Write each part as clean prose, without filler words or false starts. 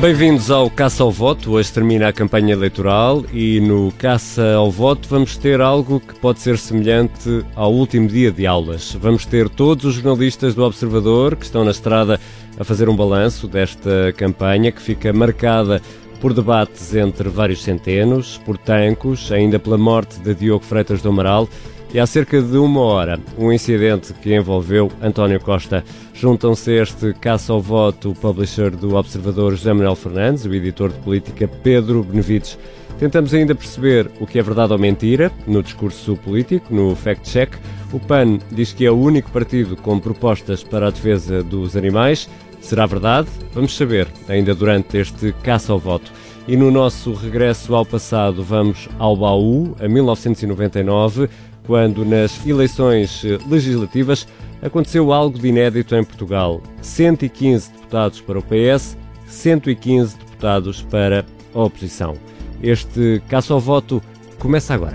Bem-vindos ao Caça ao Voto. Hoje termina a campanha eleitoral e no Caça ao Voto vamos ter algo que pode ser semelhante ao último dia de aulas. Vamos ter todos os jornalistas do Observador que estão na estrada a fazer um balanço desta campanha que fica marcada por debates entre vários centenos, por tancos, ainda pela morte de Diogo Freitas do Amaral e há cerca de uma hora um incidente que envolveu António Costa. Juntam-se a este Caça ao Voto o publisher do Observador José Manuel Fernandes, o editor de política Pedro Benevides. Tentamos ainda perceber o que é verdade ou mentira no discurso político, no fact-check. O PAN diz que é o único partido com propostas para a defesa dos animais. Será verdade? Vamos saber ainda durante este Caça ao Voto. E no nosso regresso ao passado vamos ao baú, a 1999, quando nas eleições legislativas aconteceu algo de inédito em Portugal. 115 deputados para o PS, 115 deputados para a oposição. Este Caça ao Voto começa agora.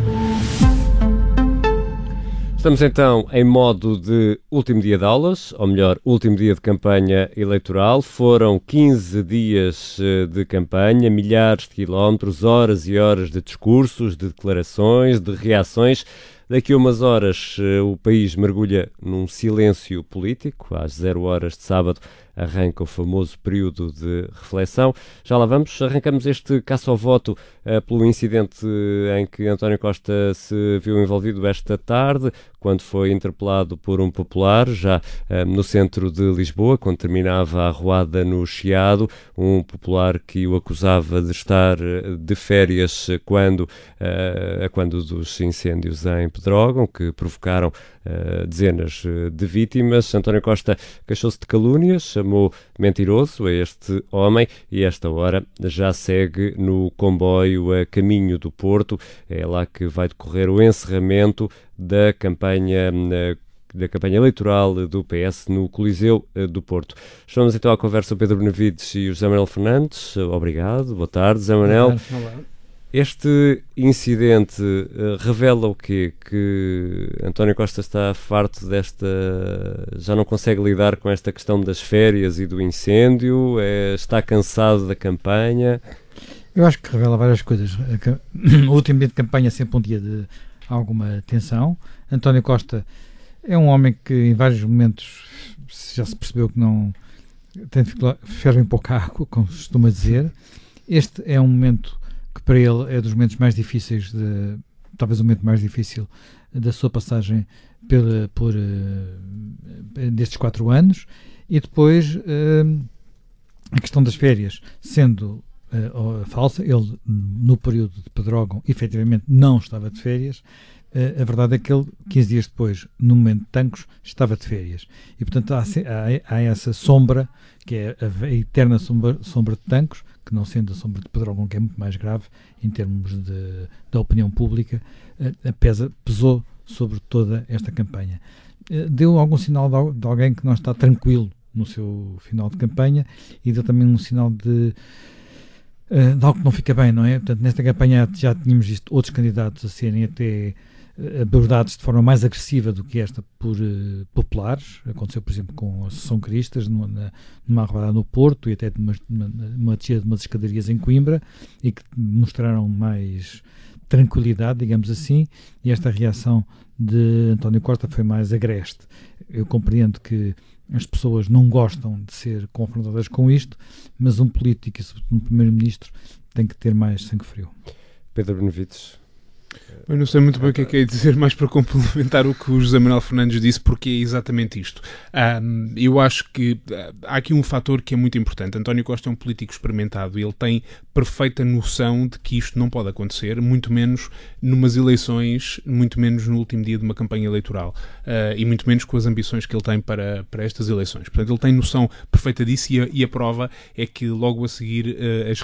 Estamos então em modo de último dia de aulas, ou melhor, último dia de campanha eleitoral. Foram 15 dias de campanha, milhares de quilómetros, horas e horas de discursos, de declarações, de reações. Daqui a umas horas o país mergulha num silêncio político. Às 0 horas de sábado arranca o famoso período de reflexão. Já lá vamos. Arrancamos este Caça ao Voto pelo incidente em que António Costa se viu envolvido esta tarde, quando foi interpelado por um popular, já no centro de Lisboa, quando terminava a arruada no Chiado, um popular que o acusava de estar de férias quando dos incêndios em Pedrógão, que provocaram dezenas de vítimas. António Costa queixou-se de calúnias, chamou mentiroso a este homem e esta hora já segue no comboio a caminho do Porto. É lá que vai decorrer o encerramento da campanha eleitoral do PS no Coliseu do Porto. Estamos então à conversa o Pedro Benevides e o José Manuel Fernandes. Obrigado, boa tarde, José Manuel. Olá. Este incidente revela o quê? Que António Costa está farto já não consegue lidar com esta questão das férias e do incêndio? Está cansado da campanha? Eu acho que revela várias coisas. O último dia de campanha é sempre um dia de alguma tensão. António Costa é um homem que em vários momentos já se percebeu que não ferve em pouca água, como se costuma dizer. Este é um momento que para ele é dos momentos mais difíceis, talvez o momento mais difícil da sua passagem destes 4 anos. E depois a questão das férias, sendo falsa, ele no período de Pedrógão efetivamente não estava de férias. A verdade é que ele, 15 dias depois, no momento de Tancos, estava de férias. E, portanto, há essa sombra, que é a eterna sombra de Tancos, que não sendo a sombra de Pedrógão, que é muito mais grave em termos da opinião pública, pesou sobre toda esta campanha. Deu algum sinal de alguém que não está tranquilo no seu final de campanha e deu também um sinal de algo que não fica bem, não é? Portanto, nesta campanha já tínhamos visto outros candidatos a serem até abordados de forma mais agressiva do que esta por populares. Aconteceu, por exemplo, com a Associação Cristas, numa arruada no Porto e até numa descida de umas escadarias em Coimbra, e que mostraram mais tranquilidade, digamos assim, e esta reação de António Costa foi mais agreste. Eu compreendo que as pessoas não gostam de ser confrontadas com isto, mas um político e sobretudo um primeiro-ministro tem que ter mais sangue frio. Pedro Benevides. Eu não sei muito bem o que é que é dizer, mais para complementar o que o José Manuel Fernandes disse, porque é exatamente isto. Eu acho que há aqui um fator que é muito importante. António Costa é um político experimentado e ele tem perfeita noção de que isto não pode acontecer, muito menos numas eleições, muito menos no último dia de uma campanha eleitoral, e muito menos com as ambições que ele tem para estas eleições. Portanto, ele tem noção perfeita disso e a prova é que logo a seguir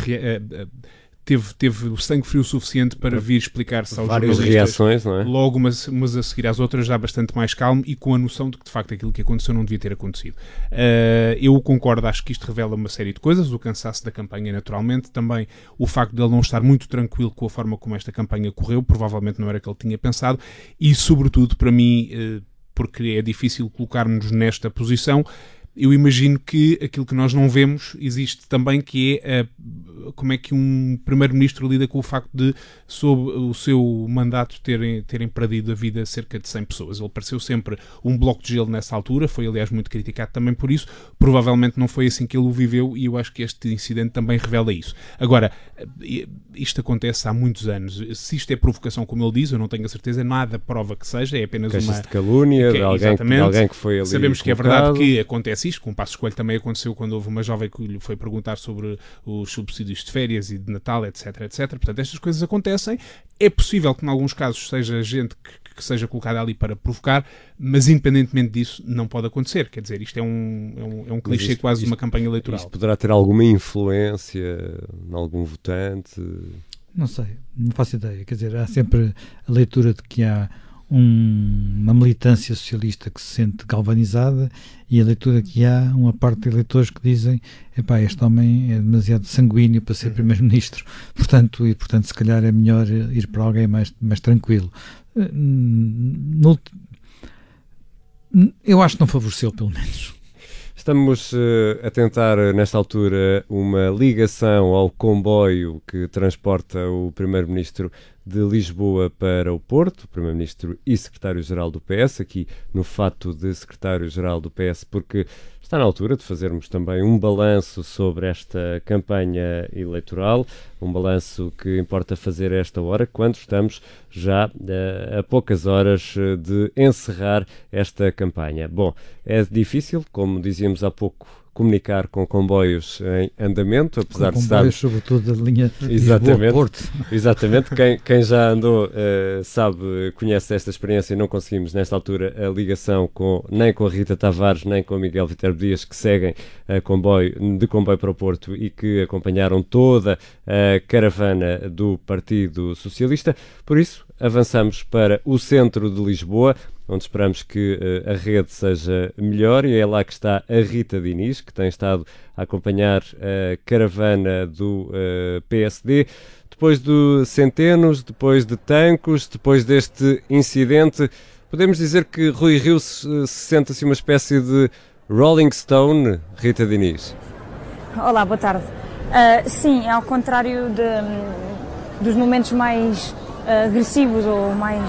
teve o sangue frio suficiente para vir explicar-se aos várias reações, não é? Logo umas a seguir às outras, já bastante mais calmo e com a noção de que de facto aquilo que aconteceu não devia ter acontecido. Eu concordo, acho que isto revela uma série de coisas, o cansaço da campanha naturalmente, também o facto de ele não estar muito tranquilo com a forma como esta campanha correu, provavelmente não era o que ele tinha pensado, e sobretudo para mim, porque é difícil colocar-nos nesta posição, eu imagino que aquilo que nós não vemos existe também, que é como é que um primeiro-ministro lida com o facto de, sob o seu mandato, terem perdido a vida cerca de 100 pessoas. Ele pareceu sempre um bloco de gelo nessa altura, foi aliás muito criticado também por isso, provavelmente não foi assim que ele o viveu, e eu acho que este incidente também revela isso. Agora, isto acontece há muitos anos. Se isto é provocação, como ele diz, eu não tenho a certeza, nada prova que seja, é apenas queixas uma... de calúnia, de alguém que foi ali Sabemos que colocado. é verdade que acontece isto, com o Passos Coelho também aconteceu quando houve uma jovem que lhe foi perguntar sobre os subsídios de férias e de Natal, etc, etc. Portanto, estas coisas acontecem. É possível que, em alguns casos, seja gente que seja colocada ali para provocar, mas independentemente disso, não pode acontecer. Quer dizer, isto é um clichê quase de uma campanha eleitoral. Isto poderá ter alguma influência em algum votante? Não sei, não faço ideia. Quer dizer, há sempre a leitura de que há uma militância socialista que se sente galvanizada, e a leitura que há uma parte de eleitores que dizem: epá, este homem é demasiado sanguíneo para ser primeiro-ministro, portanto se calhar é melhor ir para alguém mais tranquilo. Eu acho que não favoreceu, pelo menos. Estamos a tentar, nesta altura, uma ligação ao comboio que transporta o Primeiro-Ministro de Lisboa para o Porto, o Primeiro-Ministro e Secretário-Geral do PS, aqui no fato de Secretário-Geral do PS, porque está na altura de fazermos também um balanço sobre esta campanha eleitoral, um balanço que importa fazer a esta hora, quando estamos já a poucas horas de encerrar esta campanha. Bom, é difícil, como dizíamos há pouco, comunicar com comboios em andamento, apesar de estar... Comboios, sobretudo da linha Lisboa-Porto. Exatamente, quem já andou conhece esta experiência, e não conseguimos nesta altura a ligação nem com a Rita Tavares, nem com o Miguel Viterbo Dias, que seguem de comboio para o Porto e que acompanharam toda a caravana do Partido Socialista. Por isso, avançamos para o centro de Lisboa, onde esperamos que a rede seja melhor, e é lá que está a Rita Diniz, que tem estado a acompanhar a caravana do PSD. Depois de Centenos, depois de Tancos, depois deste incidente, podemos dizer que Rui Rio se sente assim uma espécie de Rolling Stone, Rita Diniz? Olá, boa tarde. Sim, ao contrário dos momentos mais agressivos ou mais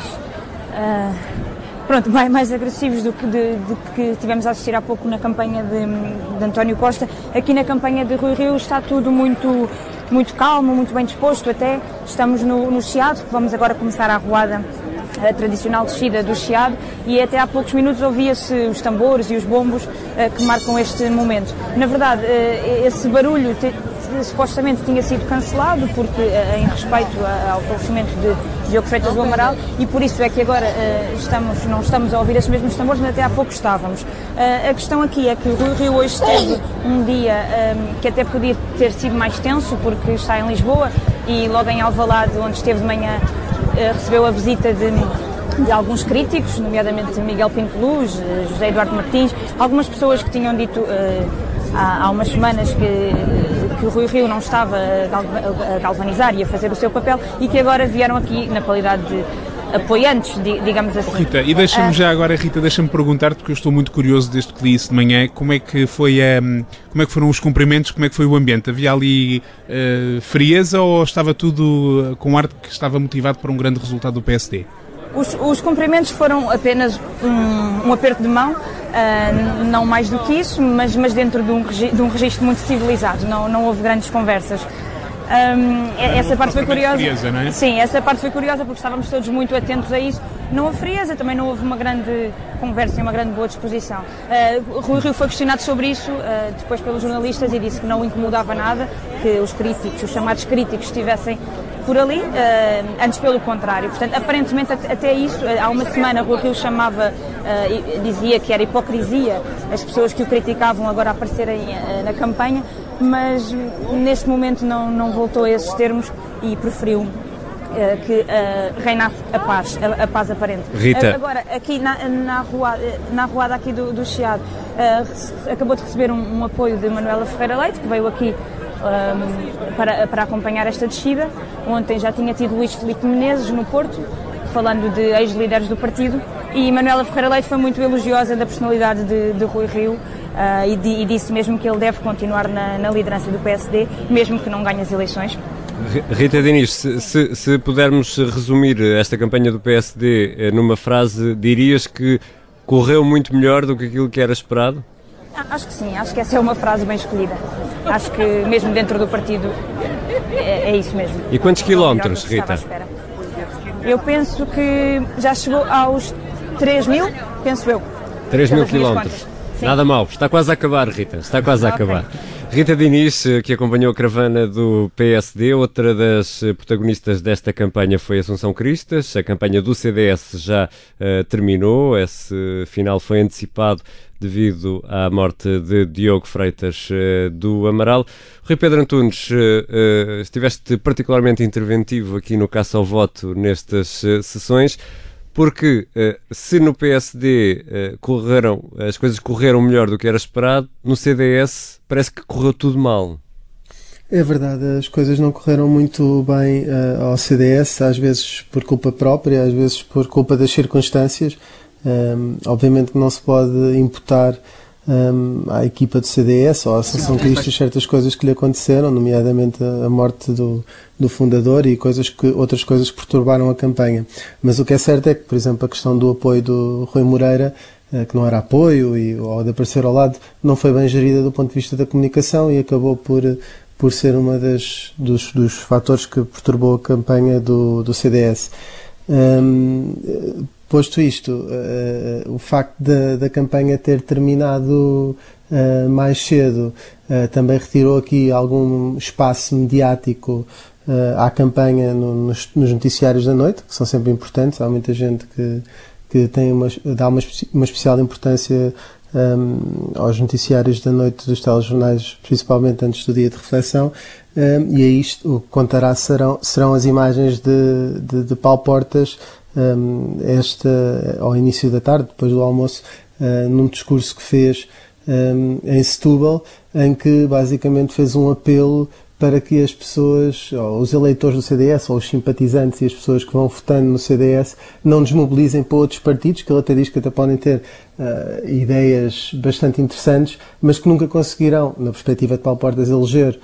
agressivos do que tivemos a assistir há pouco na campanha de António Costa, aqui na campanha de Rui Rio está tudo muito calmo, muito bem disposto. Até estamos no Chiado, que vamos agora começar a arruada, a tradicional descida do Chiado, e até há poucos minutos ouvia-se os tambores e os bombos que marcam este momento. Na verdade, esse barulho supostamente tinha sido cancelado porque em respeito ao falecimento de Diogo Freitas do Amaral, e por isso é que agora não estamos a ouvir esses mesmos tambores, mas até há pouco estávamos. A questão aqui é que o Rui Rio hoje teve um dia que até podia ter sido mais tenso, porque está em Lisboa, e logo em Alvalade, onde esteve de manhã, recebeu a visita de alguns críticos, nomeadamente Miguel Pinto Luz, José Eduardo Martins, algumas pessoas que tinham dito há umas semanas que o Rui Rio não estava a galvanizar e a fazer o seu papel, e que agora vieram aqui na qualidade de apoiantes, digamos assim. Rita, e deixa-me já agora, deixa-me perguntar-te, porque eu estou muito curioso desde que li isso de manhã, como é que foram os cumprimentos, como é que foi o ambiente? Havia ali frieza, ou estava tudo com ar de que estava motivado para um grande resultado do PSD? Os cumprimentos foram apenas um aperto de mão, não mais do que isso, mas dentro de um registro muito civilizado, não houve grandes conversas. Essa parte foi curiosa. Frieza, não é? Sim, essa parte foi curiosa porque estávamos todos muito atentos a isso. Não houve frieza, também não houve uma grande conversa e uma grande boa disposição. Rui Rio foi questionado sobre isso depois pelos jornalistas, e disse que não o incomodava nada que os chamados críticos estivessem por ali, antes pelo contrário. Portanto, aparentemente até isso, há uma semana Rui Rio dizia que era hipocrisia as pessoas que o criticavam agora aparecerem na campanha, mas neste momento não voltou a esses termos e preferiu que reinasse a paz aparente. Rita. Agora, aqui na arruada aqui do Chiado, acabou de receber um apoio de Manuela Ferreira Leite, que veio aqui para acompanhar esta descida. Ontem já tinha tido Luís Filipe Menezes no Porto, falando de ex-líderes do partido, e Manuela Ferreira Leite foi muito elogiosa da personalidade de Rui Rio, e disse mesmo que ele deve continuar na liderança do PSD, mesmo que não ganhe as eleições. Rita Diniz, se pudermos resumir esta campanha do PSD numa frase, dirias que correu muito melhor do que aquilo que era esperado? Acho que sim, acho que essa é uma frase bem escolhida. Acho que mesmo dentro do partido é isso mesmo. E quantos quilómetros, Rita? Eu penso que já chegou aos 3.000, penso eu. 3.000 quilómetros. Nada mal, está quase a acabar, Rita, está quase a acabar. Rita Diniz, que acompanhou a caravana do PSD, outra das protagonistas desta campanha foi Assunção Cristas. A campanha do CDS já terminou, esse final foi antecipado devido à morte de Diogo Freitas do Amaral. Rui Pedro Antunes, estiveste particularmente interventivo aqui no Caça ao Voto nestas sessões, porque se no PSD as coisas correram melhor do que era esperado, no CDS parece que correu tudo mal. É verdade, as coisas não correram muito bem ao CDS, às vezes por culpa própria, às vezes por culpa das circunstâncias. Obviamente que não se pode imputar à equipa do CDS ou à Assunção Cristas certas coisas que lhe aconteceram, nomeadamente a morte do fundador e outras coisas que perturbaram a campanha. Mas o que é certo é que, por exemplo, a questão do apoio do Rui Moreira, que não era apoio ou de aparecer ao lado, não foi bem gerida do ponto de vista da comunicação e acabou por ser uma dos fatores que perturbou a campanha do CDS. Posto isto, o facto da campanha ter terminado mais cedo também retirou aqui algum espaço mediático à campanha nos noticiários da noite, que são sempre importantes. Há muita gente que dá uma especial importância aos noticiários da noite dos telejornais, principalmente antes do dia de reflexão, e aí o que contará serão as imagens de Paulo Portas ao início da tarde, depois do almoço, num discurso que fez em Setúbal, em que basicamente fez um apelo para que as pessoas, ou os eleitores do CDS, ou os simpatizantes e as pessoas que vão votando no CDS, não desmobilizem para outros partidos, que ele até diz que até podem ter ideias bastante interessantes, mas que nunca conseguirão, na perspectiva de Paulo Portas, eleger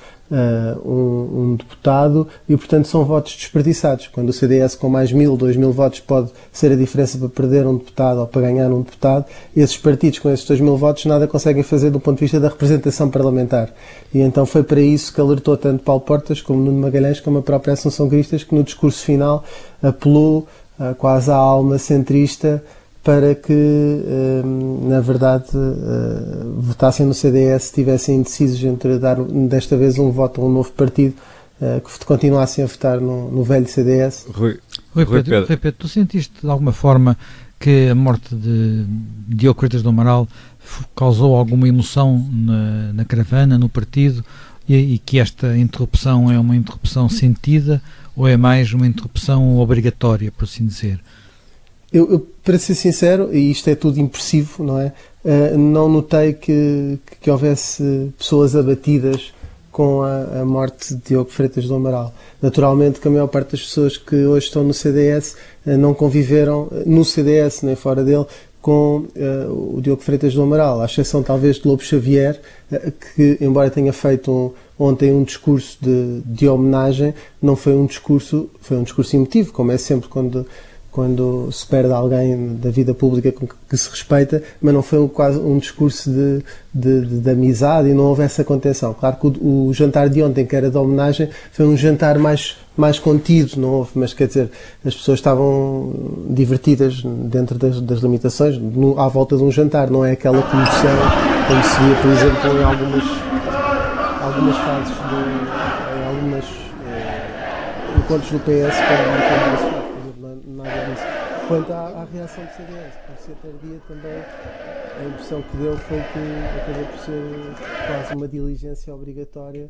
um deputado, e portanto são votos desperdiçados. Quando o CDS com mais 1.000, 2.000 votos pode ser a diferença para perder um deputado ou para ganhar um deputado, esses partidos com esses 2.000 votos nada conseguem fazer do ponto de vista da representação parlamentar. E então foi para isso que alertou tanto Paulo Portas como Nuno Magalhães como a própria Assunção Cristas, que no discurso final apelou quase à alma centrista para que, na verdade, votassem no CDS, estivessem indecisos entre dar, desta vez, um voto a um novo partido, que continuassem a votar no velho CDS. Rui Pedro, tu sentiste de alguma forma que a morte de Diogo Freitas do Amaral causou alguma emoção na caravana, no partido, e que esta interrupção é uma interrupção sentida ou é mais uma interrupção obrigatória, por assim dizer? Eu, para ser sincero, e isto é tudo impressivo, não é? Não notei que houvesse pessoas abatidas com a morte de Diogo Freitas do Amaral. Naturalmente que a maior parte das pessoas que hoje estão no CDS não conviveram no CDS nem fora dele com o Diogo Freitas do Amaral, à exceção talvez de Lobo Xavier, que embora tenha feito ontem um discurso de homenagem, não foi um discurso, foi um discurso emotivo, como é sempre quando se perde alguém da vida pública que se respeita, mas não foi quase um discurso de amizade e não houve essa contenção. Claro que o jantar de ontem, que era de homenagem, foi um jantar mais contido, não houve, mas quer dizer, as pessoas estavam divertidas dentro das limitações, à volta de um jantar, não é aquela comoção como se via, por exemplo, em algumas fases, em algumas encontros do PS para nada disso. Quanto à reação do CDS, por ser tardia também, a impressão que deu foi que acabou por ser quase uma diligência obrigatória,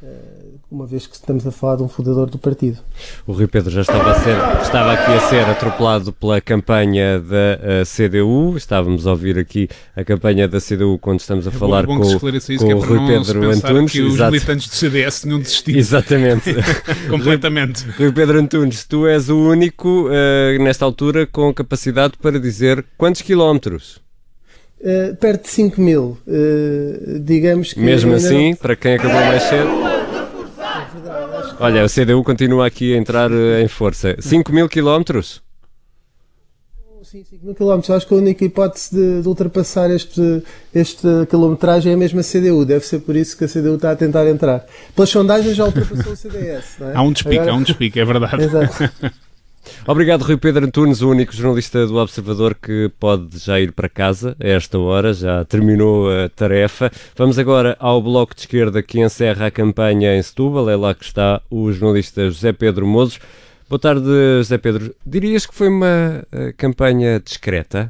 uma vez que estamos a falar de um fundador do partido. O Rui Pedro já estava aqui a ser atropelado pela campanha da CDU. Estávamos a ouvir aqui a campanha da CDU quando estamos a falar com o Rui Pedro Antunes. Que os militantes do CDS tinham desistido. Exatamente. Completamente. Rui Pedro Antunes, tu és o único, nesta altura, com capacidade para dizer quantos quilómetros? perto de 5 mil. Digamos que... Mesmo assim, não... para quem acabou mais cedo... Olha, o CDU continua aqui a entrar em força. 5 mil quilómetros? Sim, 5 mil quilómetros. Acho que a única hipótese de ultrapassar esta quilometragem é mesmo a CDU. Deve ser por isso que a CDU está a tentar entrar. Pelas sondagens já ultrapassou o CDS. Não é? Há um despique, é verdade. Exato. Obrigado, Rui Pedro Antunes, o único jornalista do Observador que pode já ir para casa a esta hora, já terminou a tarefa. Vamos agora ao Bloco de Esquerda, que encerra a campanha em Setúbal. É lá que está o jornalista José Pedro Mozos. Boa tarde, José Pedro. Dirias que foi uma campanha discreta?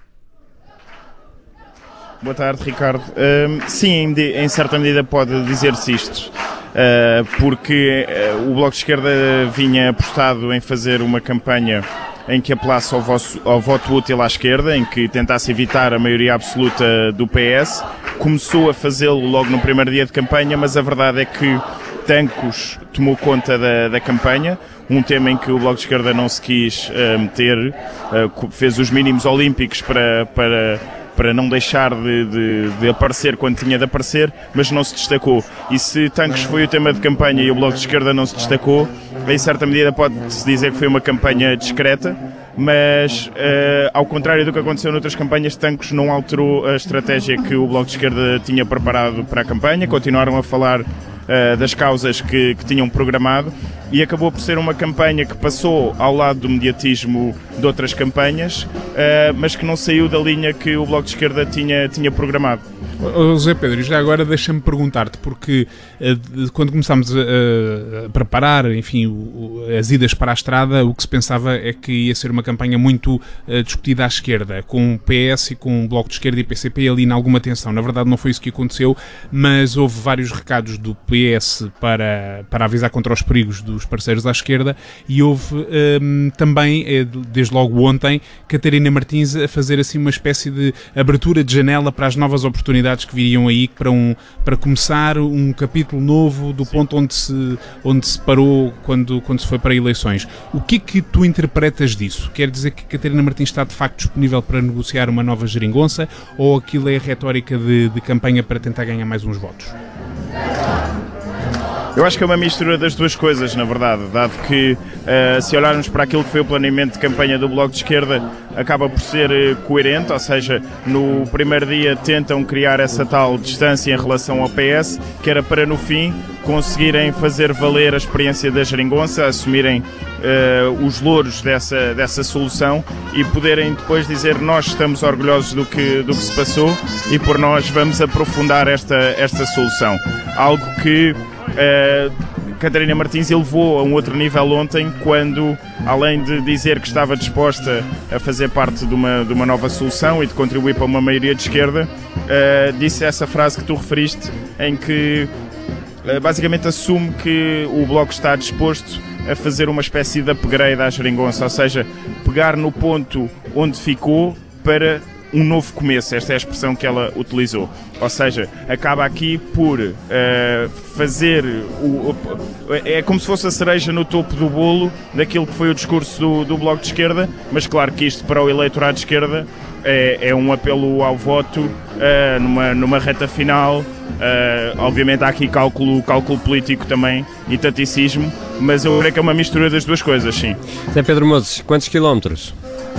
Boa tarde, Ricardo. Sim, em certa medida pode dizer-se isto. Porque o Bloco de Esquerda vinha apostado em fazer uma campanha em que apelasse ao voto útil à esquerda, em que tentasse evitar a maioria absoluta do PS. Começou a fazê-lo logo no primeiro dia de campanha, mas a verdade é que Tancos tomou conta da campanha, um tema em que o Bloco de Esquerda não se quis meter, fez os mínimos olímpicos para não deixar de aparecer quando tinha de aparecer, mas não se destacou. E se Tancos foi o tema de campanha e o Bloco de Esquerda não se destacou, em certa medida pode-se dizer que foi uma campanha discreta, mas ao contrário do que aconteceu noutras campanhas, Tancos não alterou a estratégia que o Bloco de Esquerda tinha preparado para a campanha, continuaram a falar das causas que tinham programado e acabou por ser uma campanha que passou ao lado do mediatismo de outras campanhas, mas que não saiu da linha que o Bloco de Esquerda tinha programado. José Pedro, já agora deixa-me perguntar-te, porque quando começámos a preparar, enfim, as idas para a estrada, o que se pensava é que ia ser uma campanha muito discutida à esquerda, com o PS e com o Bloco de Esquerda e PCP ali em alguma tensão. Na verdade não foi isso que aconteceu, mas houve vários recados do PS para avisar contra os perigos dos parceiros à esquerda e houve também, desde logo ontem, Catarina Martins a fazer assim uma espécie de abertura de janela para as novas oportunidades que viriam aí para começar um capítulo novo do ponto onde se parou quando se foi para eleições. O que é que tu interpretas disso? Quer dizer que Catarina Martins está de facto disponível para negociar uma nova geringonça ou aquilo é retórica de campanha para tentar ganhar mais uns votos? Eu acho que é uma mistura das duas coisas, na verdade, dado que se olharmos para aquilo que foi o planeamento de campanha do Bloco de Esquerda, acaba por ser coerente, ou seja, no primeiro dia tentam criar essa tal distância em relação ao PS, que era para no fim conseguirem fazer valer a experiência da geringonça, assumirem os louros dessa solução e poderem depois dizer nós estamos orgulhosos do que se passou e por nós vamos aprofundar esta solução. Algo que Catarina Martins elevou a um outro nível ontem, quando, além de dizer que estava disposta a fazer parte de uma nova solução e de contribuir para uma maioria de esquerda, disse essa frase que tu referiste, em que basicamente assume que o Bloco está disposto a fazer uma espécie de upgrade à geringonça, ou seja, pegar no ponto onde ficou para um novo começo. Esta é a expressão que ela utilizou. Ou seja, acaba aqui por fazer é como se fosse a cereja no topo do bolo daquilo que foi o discurso do Bloco de Esquerda, mas claro que isto para o eleitorado de esquerda é um apelo ao voto numa reta final. Obviamente há aqui cálculo político também e taticismo, mas eu creio que é uma mistura das duas coisas, sim. Zé Pedro Mozos, quantos quilómetros?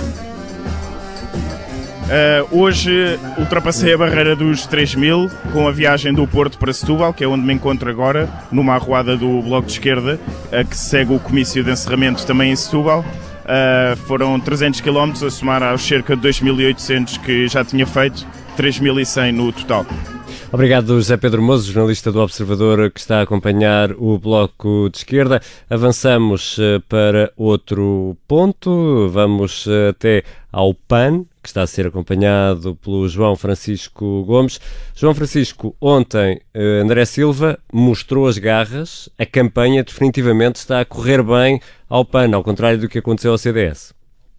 Hoje ultrapassei a barreira dos 3.000 com a viagem do Porto para Setúbal, que é onde me encontro agora, numa arruada do Bloco de Esquerda, que segue o comício de encerramento também em Setúbal. Foram 300 km a somar aos cerca de 2.800 que já tinha feito, 3.100 no total. Obrigado, José Pedro Mozos, jornalista do Observador, que está a acompanhar o Bloco de Esquerda. Avançamos para outro ponto, vamos até ao PAN, que está a ser acompanhado pelo João Francisco Gomes. João Francisco, ontem André Silva mostrou as garras, a campanha definitivamente está a correr bem ao PAN, ao contrário do que aconteceu ao CDS.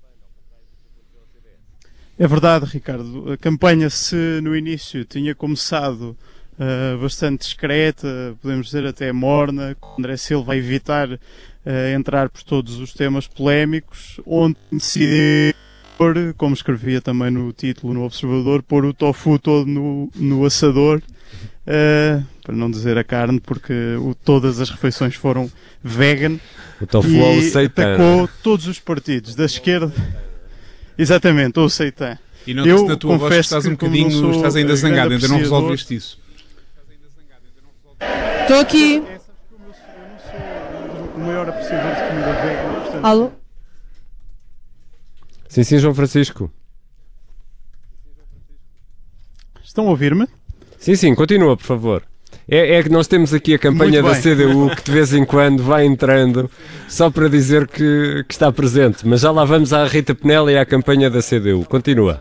É verdade, Ricardo. A campanha, se no início tinha começado bastante discreta, podemos dizer até morna, com André Silva a evitar entrar por todos os temas polémicos, ontem decidiu como escrevia também no título no Observador, pôr o tofu todo no assador, para não dizer a carne, porque todas as refeições foram vegan. O tofu ou o seitan. Atacou todos os partidos, da esquerda, exatamente, ou o seitan. E não na tua voz que estás um bocadinho, estás ainda zangado, ainda não resolveste isso. Estou aqui. Eu não sou o maior apreciador de comida vegan, portanto... Alô? Sim, João Francisco. Estão a ouvir-me? Sim, continua, por favor. É que nós temos aqui a campanha da CDU que de vez em quando vai entrando só para dizer que está presente, mas já lá vamos à Rita Penela e à campanha da CDU. Continua.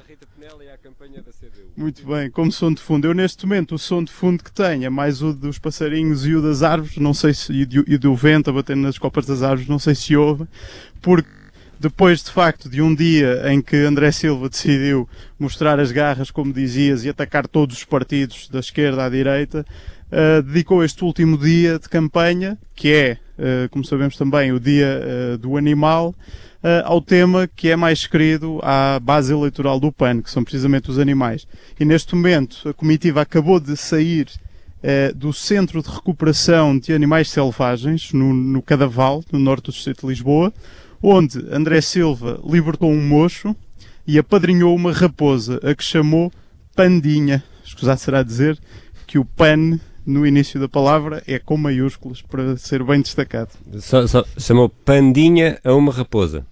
Muito bem, como som de fundo. Eu neste momento o som de fundo que tenho é mais o dos passarinhos e o das árvores, não sei se, e do vento a bater nas copas das árvores, não sei se houve, porque depois de facto de um dia em que André Silva decidiu mostrar as garras, como dizias, e atacar todos os partidos da esquerda à direita, dedicou este último dia de campanha, que é, como sabemos também, o dia do animal, ao tema que é mais querido à base eleitoral do PAN, que são precisamente os animais. E neste momento a comitiva acabou de sair do Centro de Recuperação de Animais Selvagens, no Cadaval, no norte do distrito de Lisboa, onde André Silva libertou um mocho e apadrinhou uma raposa, a que chamou Pandinha. Escusado será dizer que o PAN, no início da palavra, é com maiúsculas, para ser bem destacado. Só chamou Pandinha a uma raposa.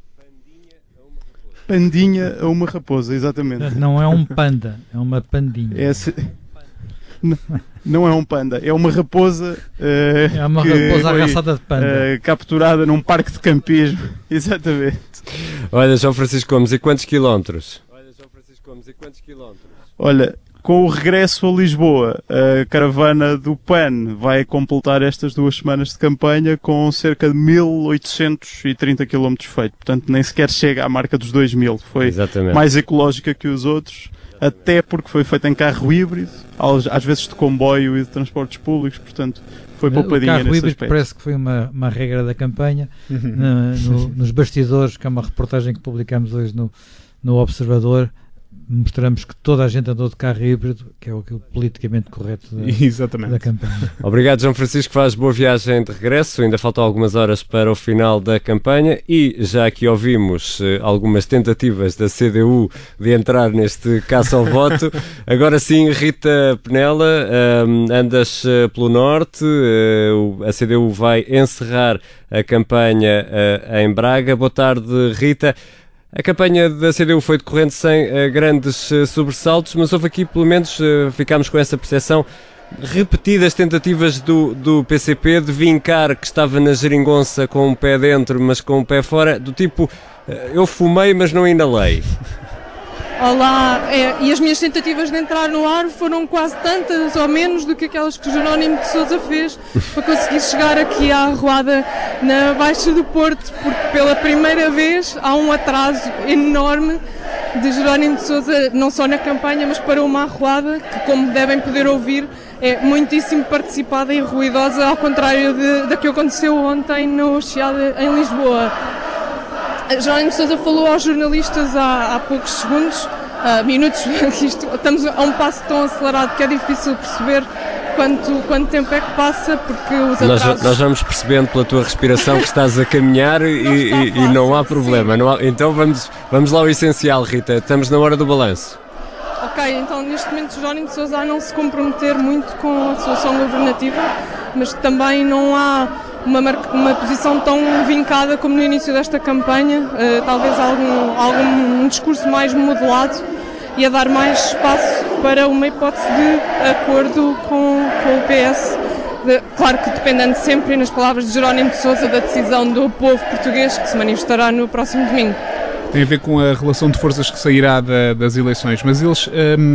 Pandinha a uma raposa, exatamente. Não é um panda, é uma pandinha. Não é um panda, é uma raposa. É uma raposa arraçada de panda. Capturada num parque de campismo. Exatamente. Olha, João Francisco Gomes, e quantos quilómetros? Olha, com o regresso a Lisboa, a caravana do PAN vai completar estas 2 semanas de campanha com cerca de 1830 km feitos. Portanto, nem sequer chega à marca dos 2000. Foi Exatamente. Mais ecológica que os outros, até porque foi feita em carro híbrido, às vezes de comboio e de transportes públicos, portanto, foi poupadinha nesse aspecto. O carro híbrido parece que foi uma regra da campanha. Nos bastidores, que é uma reportagem que publicamos hoje no Observador, mostramos que toda a gente andou de carro híbrido, que é o politicamente correto da campanha. Obrigado, João Francisco, faz boa viagem de regresso, ainda faltam algumas horas para o final da campanha e já aqui ouvimos algumas tentativas da CDU de entrar neste caça ao voto. Agora sim, Rita Penela, andas pelo norte, a CDU vai encerrar a campanha em Braga. Boa tarde, Rita. A campanha da CDU foi decorrente sem grandes sobressaltos, mas houve aqui, pelo menos, ficámos com essa percepção, repetidas tentativas do PCP de vincar que estava na geringonça com um pé dentro, mas com um pé fora, do tipo, eu fumei, mas não inalei. Olá, e as minhas tentativas de entrar no ar foram quase tantas ou menos do que aquelas que o Jerónimo de Sousa fez para conseguir chegar aqui à arruada na Baixa do Porto, porque pela primeira vez há um atraso enorme de Jerónimo de Sousa, não só na campanha, mas para uma arruada que, como devem poder ouvir, é muitíssimo participada e ruidosa, ao contrário da que aconteceu ontem no Chiado em Lisboa. Jerónimo de Sousa falou aos jornalistas há poucos segundos, minutos, estamos a um passo tão acelerado que é difícil perceber quanto tempo é que passa, porque os atrasos... Nós vamos percebendo pela tua respiração que estás a caminhar e não há problema. Então vamos lá ao essencial, Rita, estamos na hora do balanço. Ok, então neste momento Jerónimo de Sousa a não se comprometer muito com a solução governativa, mas também não há uma posição tão vincada como no início desta campanha, talvez algum discurso mais modelado e a dar mais espaço para uma hipótese de acordo com o PS. Claro que dependendo sempre, nas palavras de Jerónimo de Sousa, da decisão do povo português que se manifestará no próximo domingo. Tem a ver com a relação de forças que sairá das eleições, mas eles,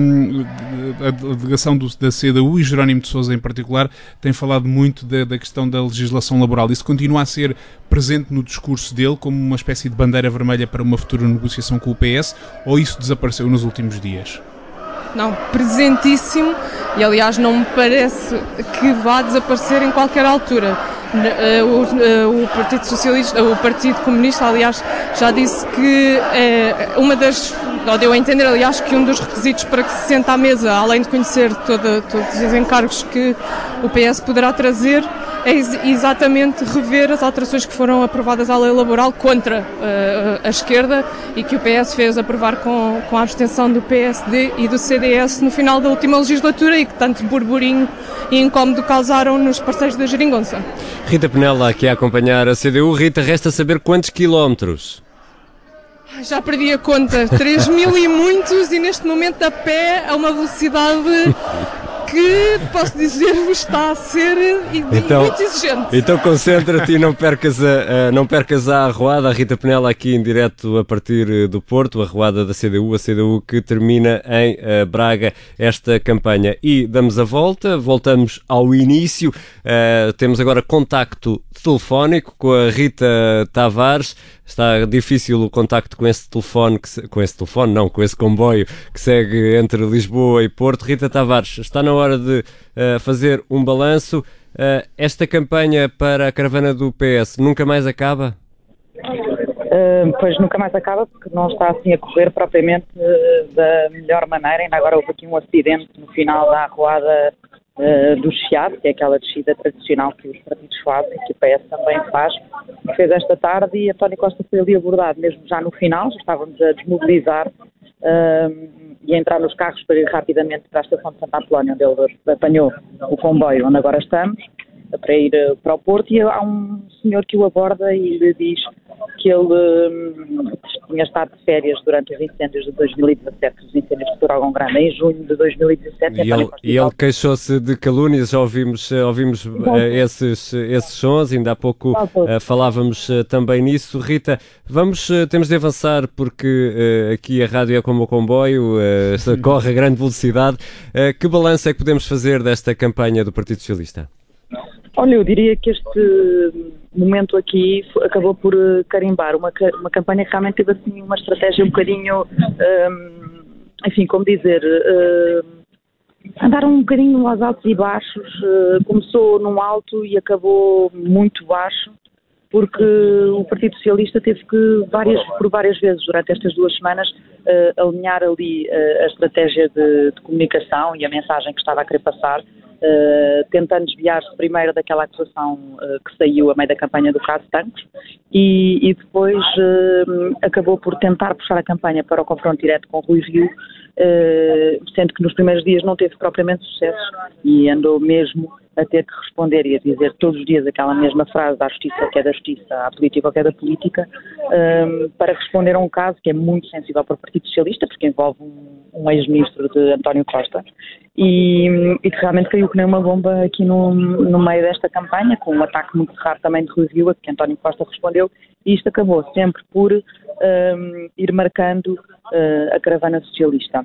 a delegação da CDU e Jerónimo de Sousa em particular, têm falado muito da questão da legislação laboral. Isso continua a ser presente no discurso dele como uma espécie de bandeira vermelha para uma futura negociação com o PS, ou isso desapareceu nos últimos dias? Não, presentíssimo, e aliás não me parece que vá desaparecer em qualquer altura. O Partido Socialista, o Partido Comunista, aliás, já disse que deu a entender, aliás, que um dos requisitos para que se sente à mesa, além de conhecer todos os encargos que o PS poderá trazer, é exatamente rever as alterações que foram aprovadas à lei laboral contra a esquerda e que o PS fez aprovar com a abstenção do PSD e do CDS no final da última legislatura e que tanto burburinho e incómodo causaram nos parceiros da Geringonça. Rita Penela aqui a acompanhar a CDU. Rita, resta saber quantos quilómetros? Já perdi a conta, 3.000 e muitos, e neste momento a pé a uma velocidade que, posso dizer-vos, está a ser muito exigente. Então concentra-te e não percas a arruada. A Rita Penela aqui em direto a partir do Porto, a arruada da CDU, a CDU que termina em Braga esta campanha. E damos a volta, voltamos ao início. Temos agora contacto telefónico com a Rita Tavares. Está difícil o contacto com esse comboio que segue entre Lisboa e Porto. Rita Tavares, está na hora de fazer um balanço. Esta campanha para a caravana do PS nunca mais acaba? Pois nunca mais acaba, porque não está assim a correr propriamente da melhor maneira. Ainda agora houve aqui um acidente no final da arruada do Chiado, que é aquela descida tradicional que os partidos fazem, que o PS também faz, que fez esta tarde, e António Costa foi ali abordado mesmo já no final. Já estávamos a desmobilizar e a entrar nos carros para ir rapidamente para a estação de Santa Apolónia, onde ele apanhou o comboio onde agora estamos, para ir para o Porto, e há um senhor que o aborda e lhe diz que ele tinha estado de férias durante os incêndios de 2017, os incêndios de Toralgão Grande, em junho de 2017. E ele queixou-se de calúnias. Já ouvimos esses sons, ainda há pouco falávamos também nisso. Rita, temos de avançar porque aqui a rádio é como o comboio, corre a grande velocidade. Que balanço é que podemos fazer desta campanha do Partido Socialista? Olha, eu diria que este momento aqui acabou por carimbar uma campanha que realmente teve assim uma estratégia um bocadinho, andar um bocadinho aos altos e baixos. Começou num alto e acabou muito baixo, porque o Partido Socialista teve que por várias vezes durante estas 2 semanas alinhar ali a estratégia de comunicação e a mensagem que estava a querer passar, tentando desviar-se primeiro daquela acusação que saiu a meio da campanha do caso Tancos e depois acabou por tentar puxar a campanha para o confronto direto com Rui Rio, sendo que nos primeiros dias não teve propriamente sucesso e andou mesmo a ter que responder e a dizer todos os dias aquela mesma frase: à justiça que é da justiça, à política que é da política, para responder a um caso que é muito sensível para o Partido Socialista, porque envolve um ex-ministro de António Costa, e que realmente caiu que nem uma bomba aqui no meio desta campanha, com um ataque muito raro também de Rui Rio, a que António Costa respondeu, e isto acabou sempre por ir marcando a caravana socialista.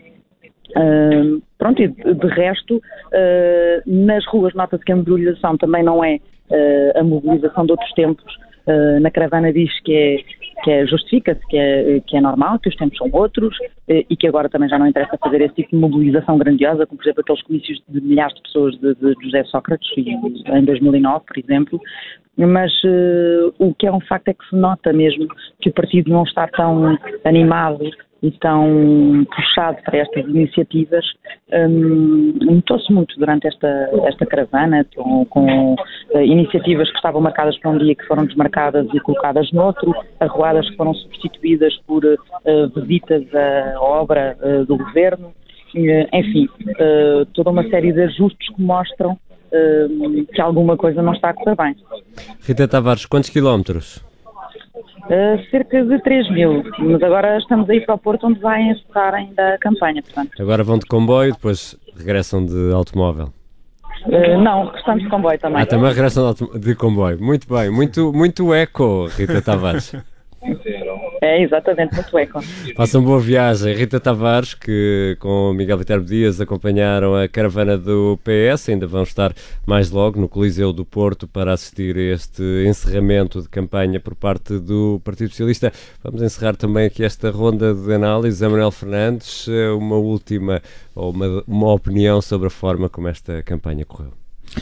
E de resto, nas ruas nota-se que a mobilização também não é a mobilização de outros tempos. Na caravana diz que justifica-se que é normal, que os tempos são outros e que agora também já não interessa fazer esse tipo de mobilização grandiosa, como por exemplo aqueles comícios de milhares de pessoas de José Sócrates em 2009, por exemplo. Mas o que é um facto é que se nota mesmo que o partido não está tão animado e tão puxado para estas iniciativas. Notou-se muito durante esta caravana, com iniciativas que estavam marcadas para um dia que foram desmarcadas e colocadas noutro, arruadas que foram substituídas por visitas à obra do governo, enfim, toda uma série de ajustes que mostram que alguma coisa não está a correr bem. Rita Tavares, quantos quilómetros? Cerca de 3.000, mas agora estamos aí para o Porto, onde vai encerrar ainda a campanha, portanto. Agora vão de comboio, depois regressam de automóvel? Não, regressamos de comboio também. Também regressam de comboio. Muito bem, muito eco, Rita Tavares. É, exatamente, muito eco. Façam boa viagem. Rita Tavares, que com Miguel Viterbo Dias acompanharam a caravana do PS, ainda vão estar mais logo no Coliseu do Porto para assistir a este encerramento de campanha por parte do Partido Socialista. Vamos encerrar também aqui esta ronda de análise. Manuel Fernandes, uma última ou uma opinião sobre a forma como esta campanha correu.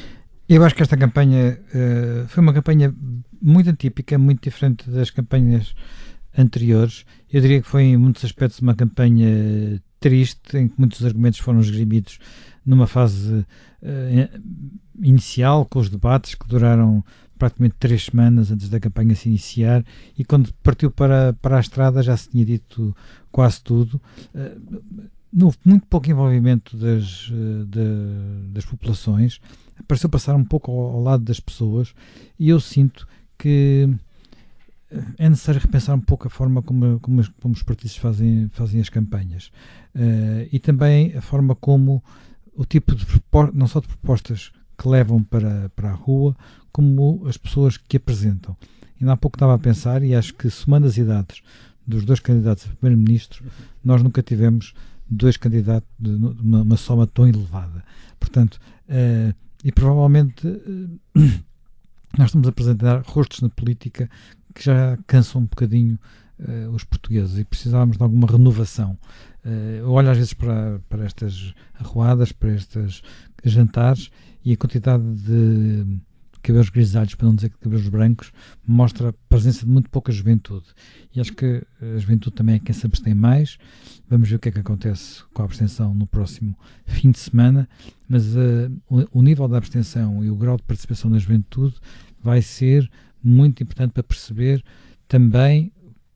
Eu acho que esta campanha foi uma campanha muito atípica, muito diferente das campanhas anteriores. Eu diria que foi em muitos aspectos uma campanha triste, em que muitos argumentos foram esgrimidos numa fase inicial, com os debates que duraram praticamente 3 semanas antes da campanha se iniciar, e quando partiu para a estrada já se tinha dito quase tudo. Houve muito pouco envolvimento das populações, pareceu passar um pouco ao lado das pessoas, e eu sinto que é necessário repensar um pouco a forma como os partidos fazem as campanhas, e também a forma como o tipo de não só de propostas que levam para a rua, como as pessoas que apresentam. Ainda há pouco estava a pensar, e acho que somando as idades dos 2 candidatos a primeiro-ministro, nós nunca tivemos 2 candidatos de uma soma tão elevada. Portanto, e provavelmente nós estamos a apresentar rostos na política que já cansam um bocadinho os portugueses, e precisávamos de alguma renovação. Eu olho às vezes para estas arruadas, para estes jantares, e a quantidade de cabelos grisalhos, para não dizer que cabelos brancos, mostra a presença de muito pouca juventude. E acho que a juventude também é quem se abstém mais. Vamos ver o que é que acontece com a abstenção no próximo fim de semana, mas o nível da abstenção e o grau de participação da juventude vai ser muito importante para perceber também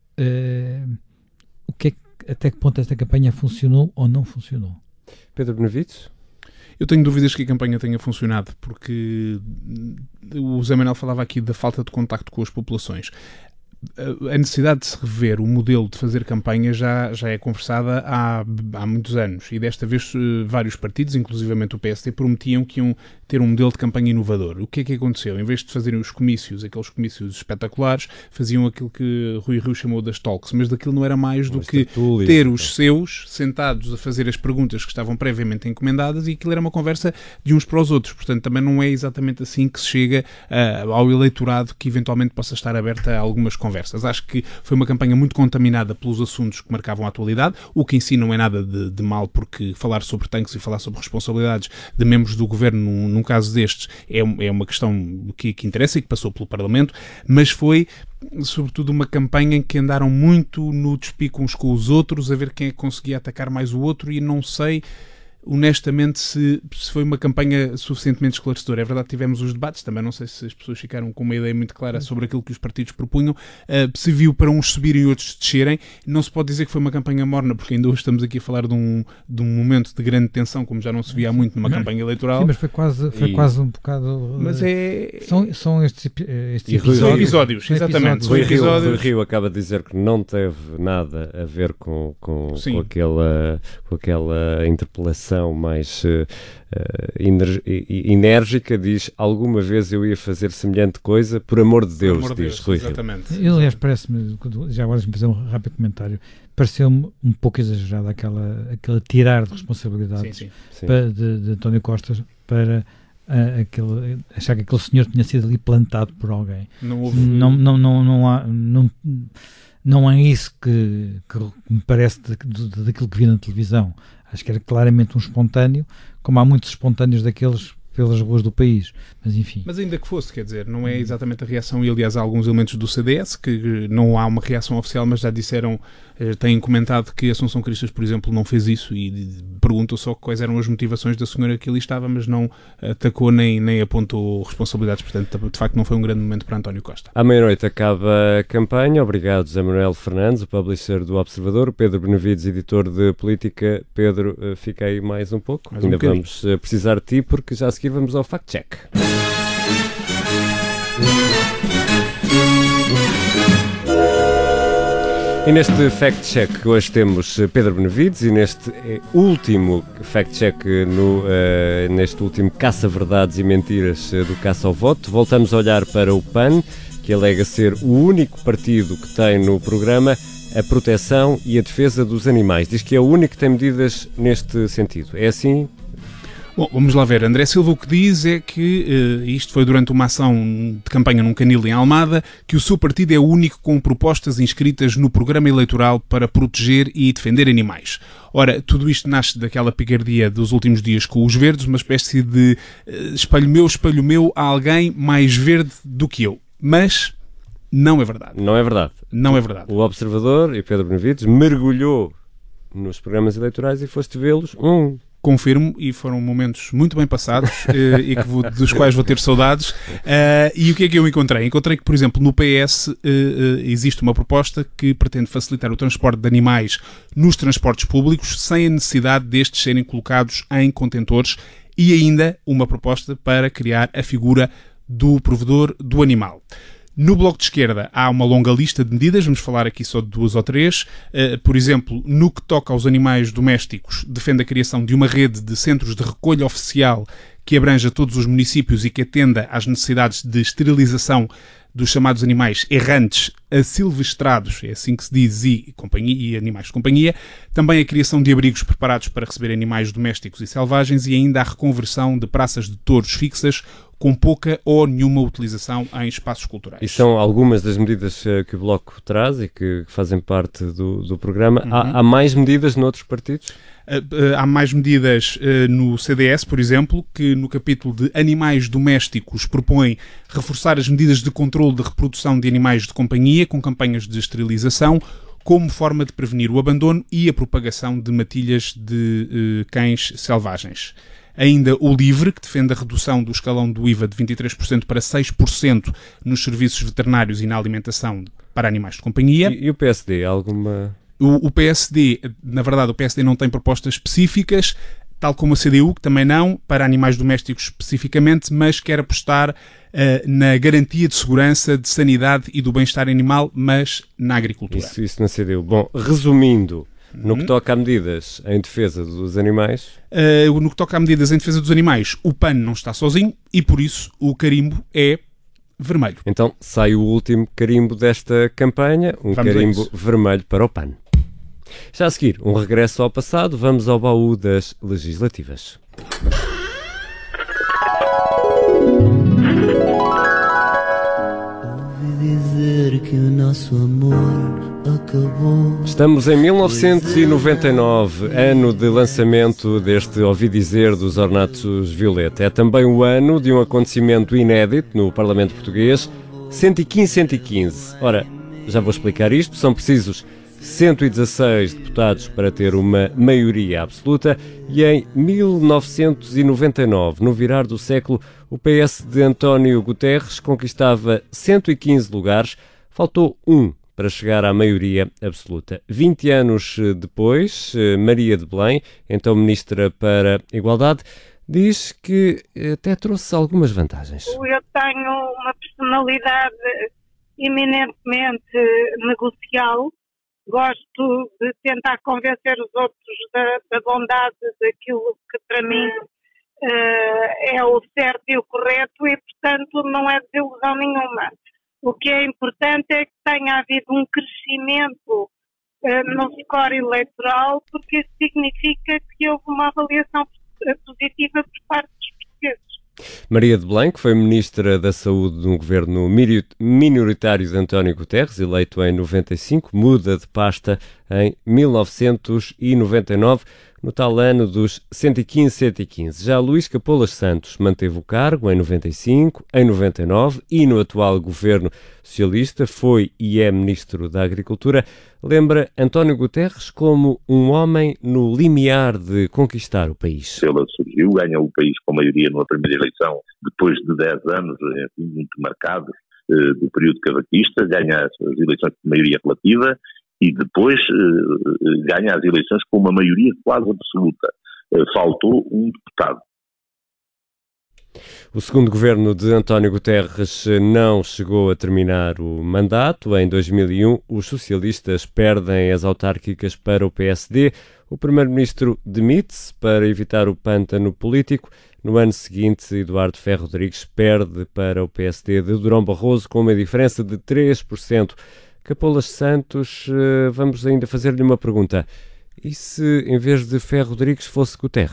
até que ponto esta campanha funcionou ou não funcionou. Pedro Benevides? Eu tenho dúvidas que a campanha tenha funcionado, porque o José Manuel falava aqui da falta de contacto com as populações. A necessidade de se rever o modelo de fazer campanha já é conversada há muitos anos, e desta vez vários partidos, inclusivamente o PSD, prometiam que iam ter um modelo de campanha inovador. O que é que aconteceu? Em vez de fazerem os comícios, aqueles comícios espetaculares, faziam aquilo que Rui Rio chamou das talks, mas daquilo não era mais do que ter os seus sentados a fazer as perguntas que estavam previamente encomendadas, e aquilo era uma conversa de uns para os outros. Portanto, também não é exatamente assim que se chega ao eleitorado que eventualmente possa estar aberto a algumas conversas. Acho que foi uma campanha muito contaminada pelos assuntos que marcavam a atualidade, o que em si não é nada de mal, porque falar sobre tanques e falar sobre responsabilidades de membros do governo num caso destes é uma questão que interessa e que passou pelo Parlamento, mas foi sobretudo uma campanha em que andaram muito no despique uns com os outros, a ver quem é que conseguia atacar mais o outro, e não sei honestamente se foi uma campanha suficientemente esclarecedora. É verdade que tivemos os debates, também não sei se as pessoas ficaram com uma ideia muito clara sobre aquilo que os partidos propunham, se viu para uns subirem e outros descerem. Não se pode dizer que foi uma campanha morna, porque ainda hoje estamos aqui a falar de um momento de grande tensão, como já não se via há muito numa campanha eleitoral. Sim, mas foi quase um bocado... Mas são estes episódios, exatamente. Rui Rio acaba de dizer que não teve nada a ver com aquela interpelação mais enérgica. Diz: alguma vez eu ia fazer semelhante coisa, por amor de Deus, diz Rui Rio. Ele, aliás, parece-me, já agora deixa-me fazer um rápido comentário, pareceu-me um pouco exagerado aquela tirar de responsabilidades de António Costa para achar que aquele senhor tinha sido ali plantado por alguém. Não é isso que me parece daquilo que vi na televisão. Acho que era claramente um espontâneo, como há muitos espontâneos daqueles pelas ruas do país, mas enfim. Mas ainda que fosse, quer dizer, não é exatamente a reação, e aliás há alguns elementos do CDS que não há uma reação oficial, mas já disseram, têm comentado que Assunção Cristas, por exemplo, não fez isso, e perguntam só quais eram as motivações da senhora que ali estava, mas não atacou nem apontou responsabilidades. Portanto, de facto não foi um grande momento para António Costa. À meia-noite acaba a campanha. Obrigado, José Manuel Fernandes, o publisher do Observador, Pedro Benevides, editor de política. Pedro, fica aí mais um pouco. Ainda vamos precisar de ti, porque já a seguir vamos ao fact-check. E neste fact-check hoje temos Pedro Benevides, e neste último fact-check, neste último caça-verdades e mentiras do caça ao voto, voltamos a olhar para o PAN, que alega ser o único partido que tem no programa a proteção e a defesa dos animais. Diz que é o único que tem medidas neste sentido. É assim? Bom, vamos lá ver. André Silva o que diz é que, isto foi durante uma ação de campanha num canil em Almada, que o seu partido é o único com propostas inscritas no programa eleitoral para proteger e defender animais. Ora, tudo isto nasce daquela picardia dos últimos dias com os verdes, uma espécie de espelho meu, há alguém mais verde do que eu. Mas não é verdade. Não é verdade. Não é verdade. O Observador e Pedro Benavides mergulhou nos programas eleitorais e foste vê-los Confirmo, e foram momentos muito bem passados e dos quais vou ter saudades. E o que é que eu encontrei? Encontrei que, por exemplo, no PS existe uma proposta que pretende facilitar o transporte de animais nos transportes públicos sem a necessidade destes serem colocados em contentores, e ainda uma proposta para criar a figura do provedor do animal. No Bloco de Esquerda há uma longa lista de medidas, vamos falar aqui só de 2 ou 3. Por exemplo, no que toca aos animais domésticos, defende a criação de uma rede de centros de recolha oficial que abranja todos os municípios e que atenda às necessidades de esterilização dos chamados animais errantes asilvestrados, é assim que se diz, e animais de companhia. Também a criação de abrigos preparados para receber animais domésticos e selvagens, e ainda a reconversão de praças de touros fixas com pouca ou nenhuma utilização em espaços culturais. E são algumas das medidas que o Bloco traz e que fazem parte do programa. Uhum. Há mais medidas noutros partidos? Há mais medidas no CDS, por exemplo, que no capítulo de animais domésticos propõe reforçar as medidas de controle de reprodução de animais de companhia com campanhas de esterilização, como forma de prevenir o abandono e a propagação de matilhas de cães selvagens. Ainda o LIVRE, que defende a redução do escalão do IVA de 23% para 6% nos serviços veterinários e na alimentação para animais de companhia. E o PSD, alguma... O PSD, na verdade, o PSD não tem propostas específicas, tal como a CDU, que também não, para animais domésticos especificamente, mas quer apostar na garantia de segurança, de sanidade e do bem-estar animal, mas na agricultura. Isso na CDU. Bom, resumindo, no que toca a medidas em defesa dos animais... No que toca a medidas em defesa dos animais, o PAN não está sozinho e, por isso, o carimbo é vermelho. Então, sai o último carimbo desta campanha, carimbo vermelho para o PAN. Já a seguir, um regresso ao passado, vamos ao baú das legislativas. Ouvi dizer que o nosso amor acabou. Estamos em 1999, ano de lançamento deste Ouvi Dizer dos Ornatos Violeta. É também o ano de um acontecimento inédito no Parlamento Português, 115-115. Ora, já vou explicar isto, são precisos 116 deputados para ter uma maioria absoluta, e em 1999, no virar do século, o PS de António Guterres conquistava 115 lugares, faltou para chegar à maioria absoluta. 20 anos depois, Maria de Belém, então Ministra para a Igualdade, diz que até trouxe algumas vantagens. Eu tenho uma personalidade eminentemente negocial. Gosto de tentar convencer os outros da bondade daquilo que para mim é o certo e o correto, e portanto não é desilusão nenhuma. O que é importante é que tenha havido um crescimento no score eleitoral, porque isso significa que houve uma avaliação positiva por parte dos portugueses. Maria de Belém, que foi Ministra da Saúde de um governo minoritário de António Guterres, eleito em 95, muda de pasta em 1999, no tal ano dos 115-115. Já Luís Capolas Santos manteve o cargo em 95, em 99 e no atual governo socialista foi e é Ministro da Agricultura. Lembra António Guterres como um homem no limiar de conquistar o país. Ele surgiu, ganha o país com maioria numa primeira eleição, depois de 10 anos muito marcados do período cavaquista, ganha as eleições com maioria relativa e depois ganha as eleições com uma maioria quase absoluta. Faltou um deputado. O segundo governo de António Guterres não chegou a terminar o mandato. Em 2001, os socialistas perdem as autárquicas para o PSD. O primeiro-ministro demite-se para evitar o pântano político. No ano seguinte, Eduardo Ferro Rodrigues perde para o PSD de Durão Barroso com uma diferença de 3%. Capolas Santos, vamos ainda fazer-lhe uma pergunta. E se, em vez de Ferro Rodrigues, fosse Guterres?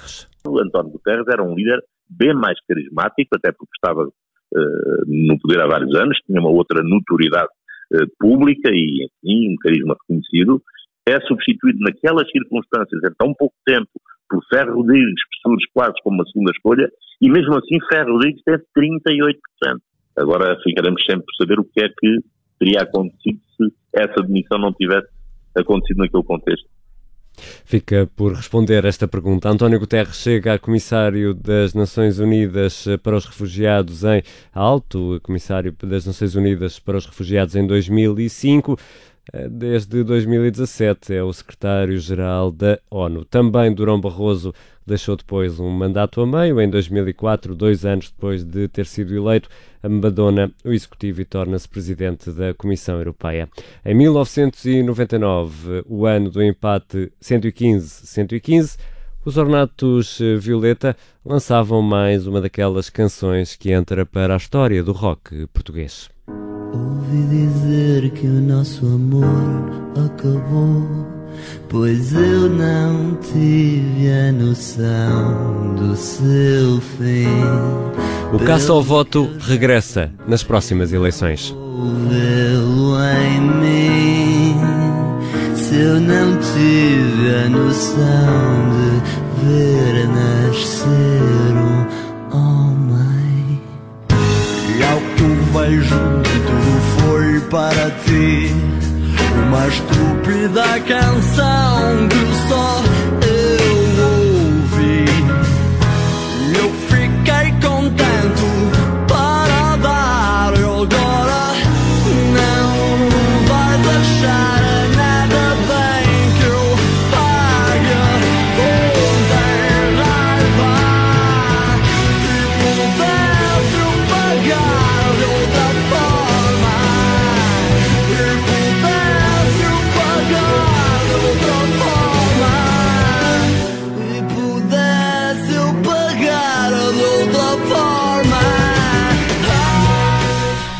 O António Guterres era um líder bem mais carismático, até porque estava no poder há vários anos, tinha uma outra notoriedade pública e, enfim, um carisma reconhecido. É substituído naquelas circunstâncias, em tão pouco tempo, por Ferro Rodrigues, que surge quase como uma segunda escolha, e mesmo assim Ferro Rodrigues tem 38%. Agora ficaremos sempre por saber o que é que teria acontecido se essa demissão não tivesse acontecido naquele contexto. Fica por responder esta pergunta. António Guterres chega a comissário das Nações Unidas para os Refugiados em alto, comissário das Nações Unidas para os Refugiados em 2005. Desde 2017 é o secretário-geral da ONU. Também Durão Barroso deixou depois um mandato a meio. Em 2004, 2 anos depois de ter sido eleito, abandona o Executivo e torna-se presidente da Comissão Europeia. Em 1999, o ano do empate 115-115, os Ornatos Violeta lançavam mais uma daquelas canções que entra para a história do rock português. Ouvi dizer que o nosso amor acabou, pois eu não tive a noção do seu fim. O Caça ao Voto regressa nas próximas eleições. Vê-lo em mim, se eu não tive a noção de ver nascer um homem. E ao que eu vejo, tudo foi para ti uma estúpida canção que só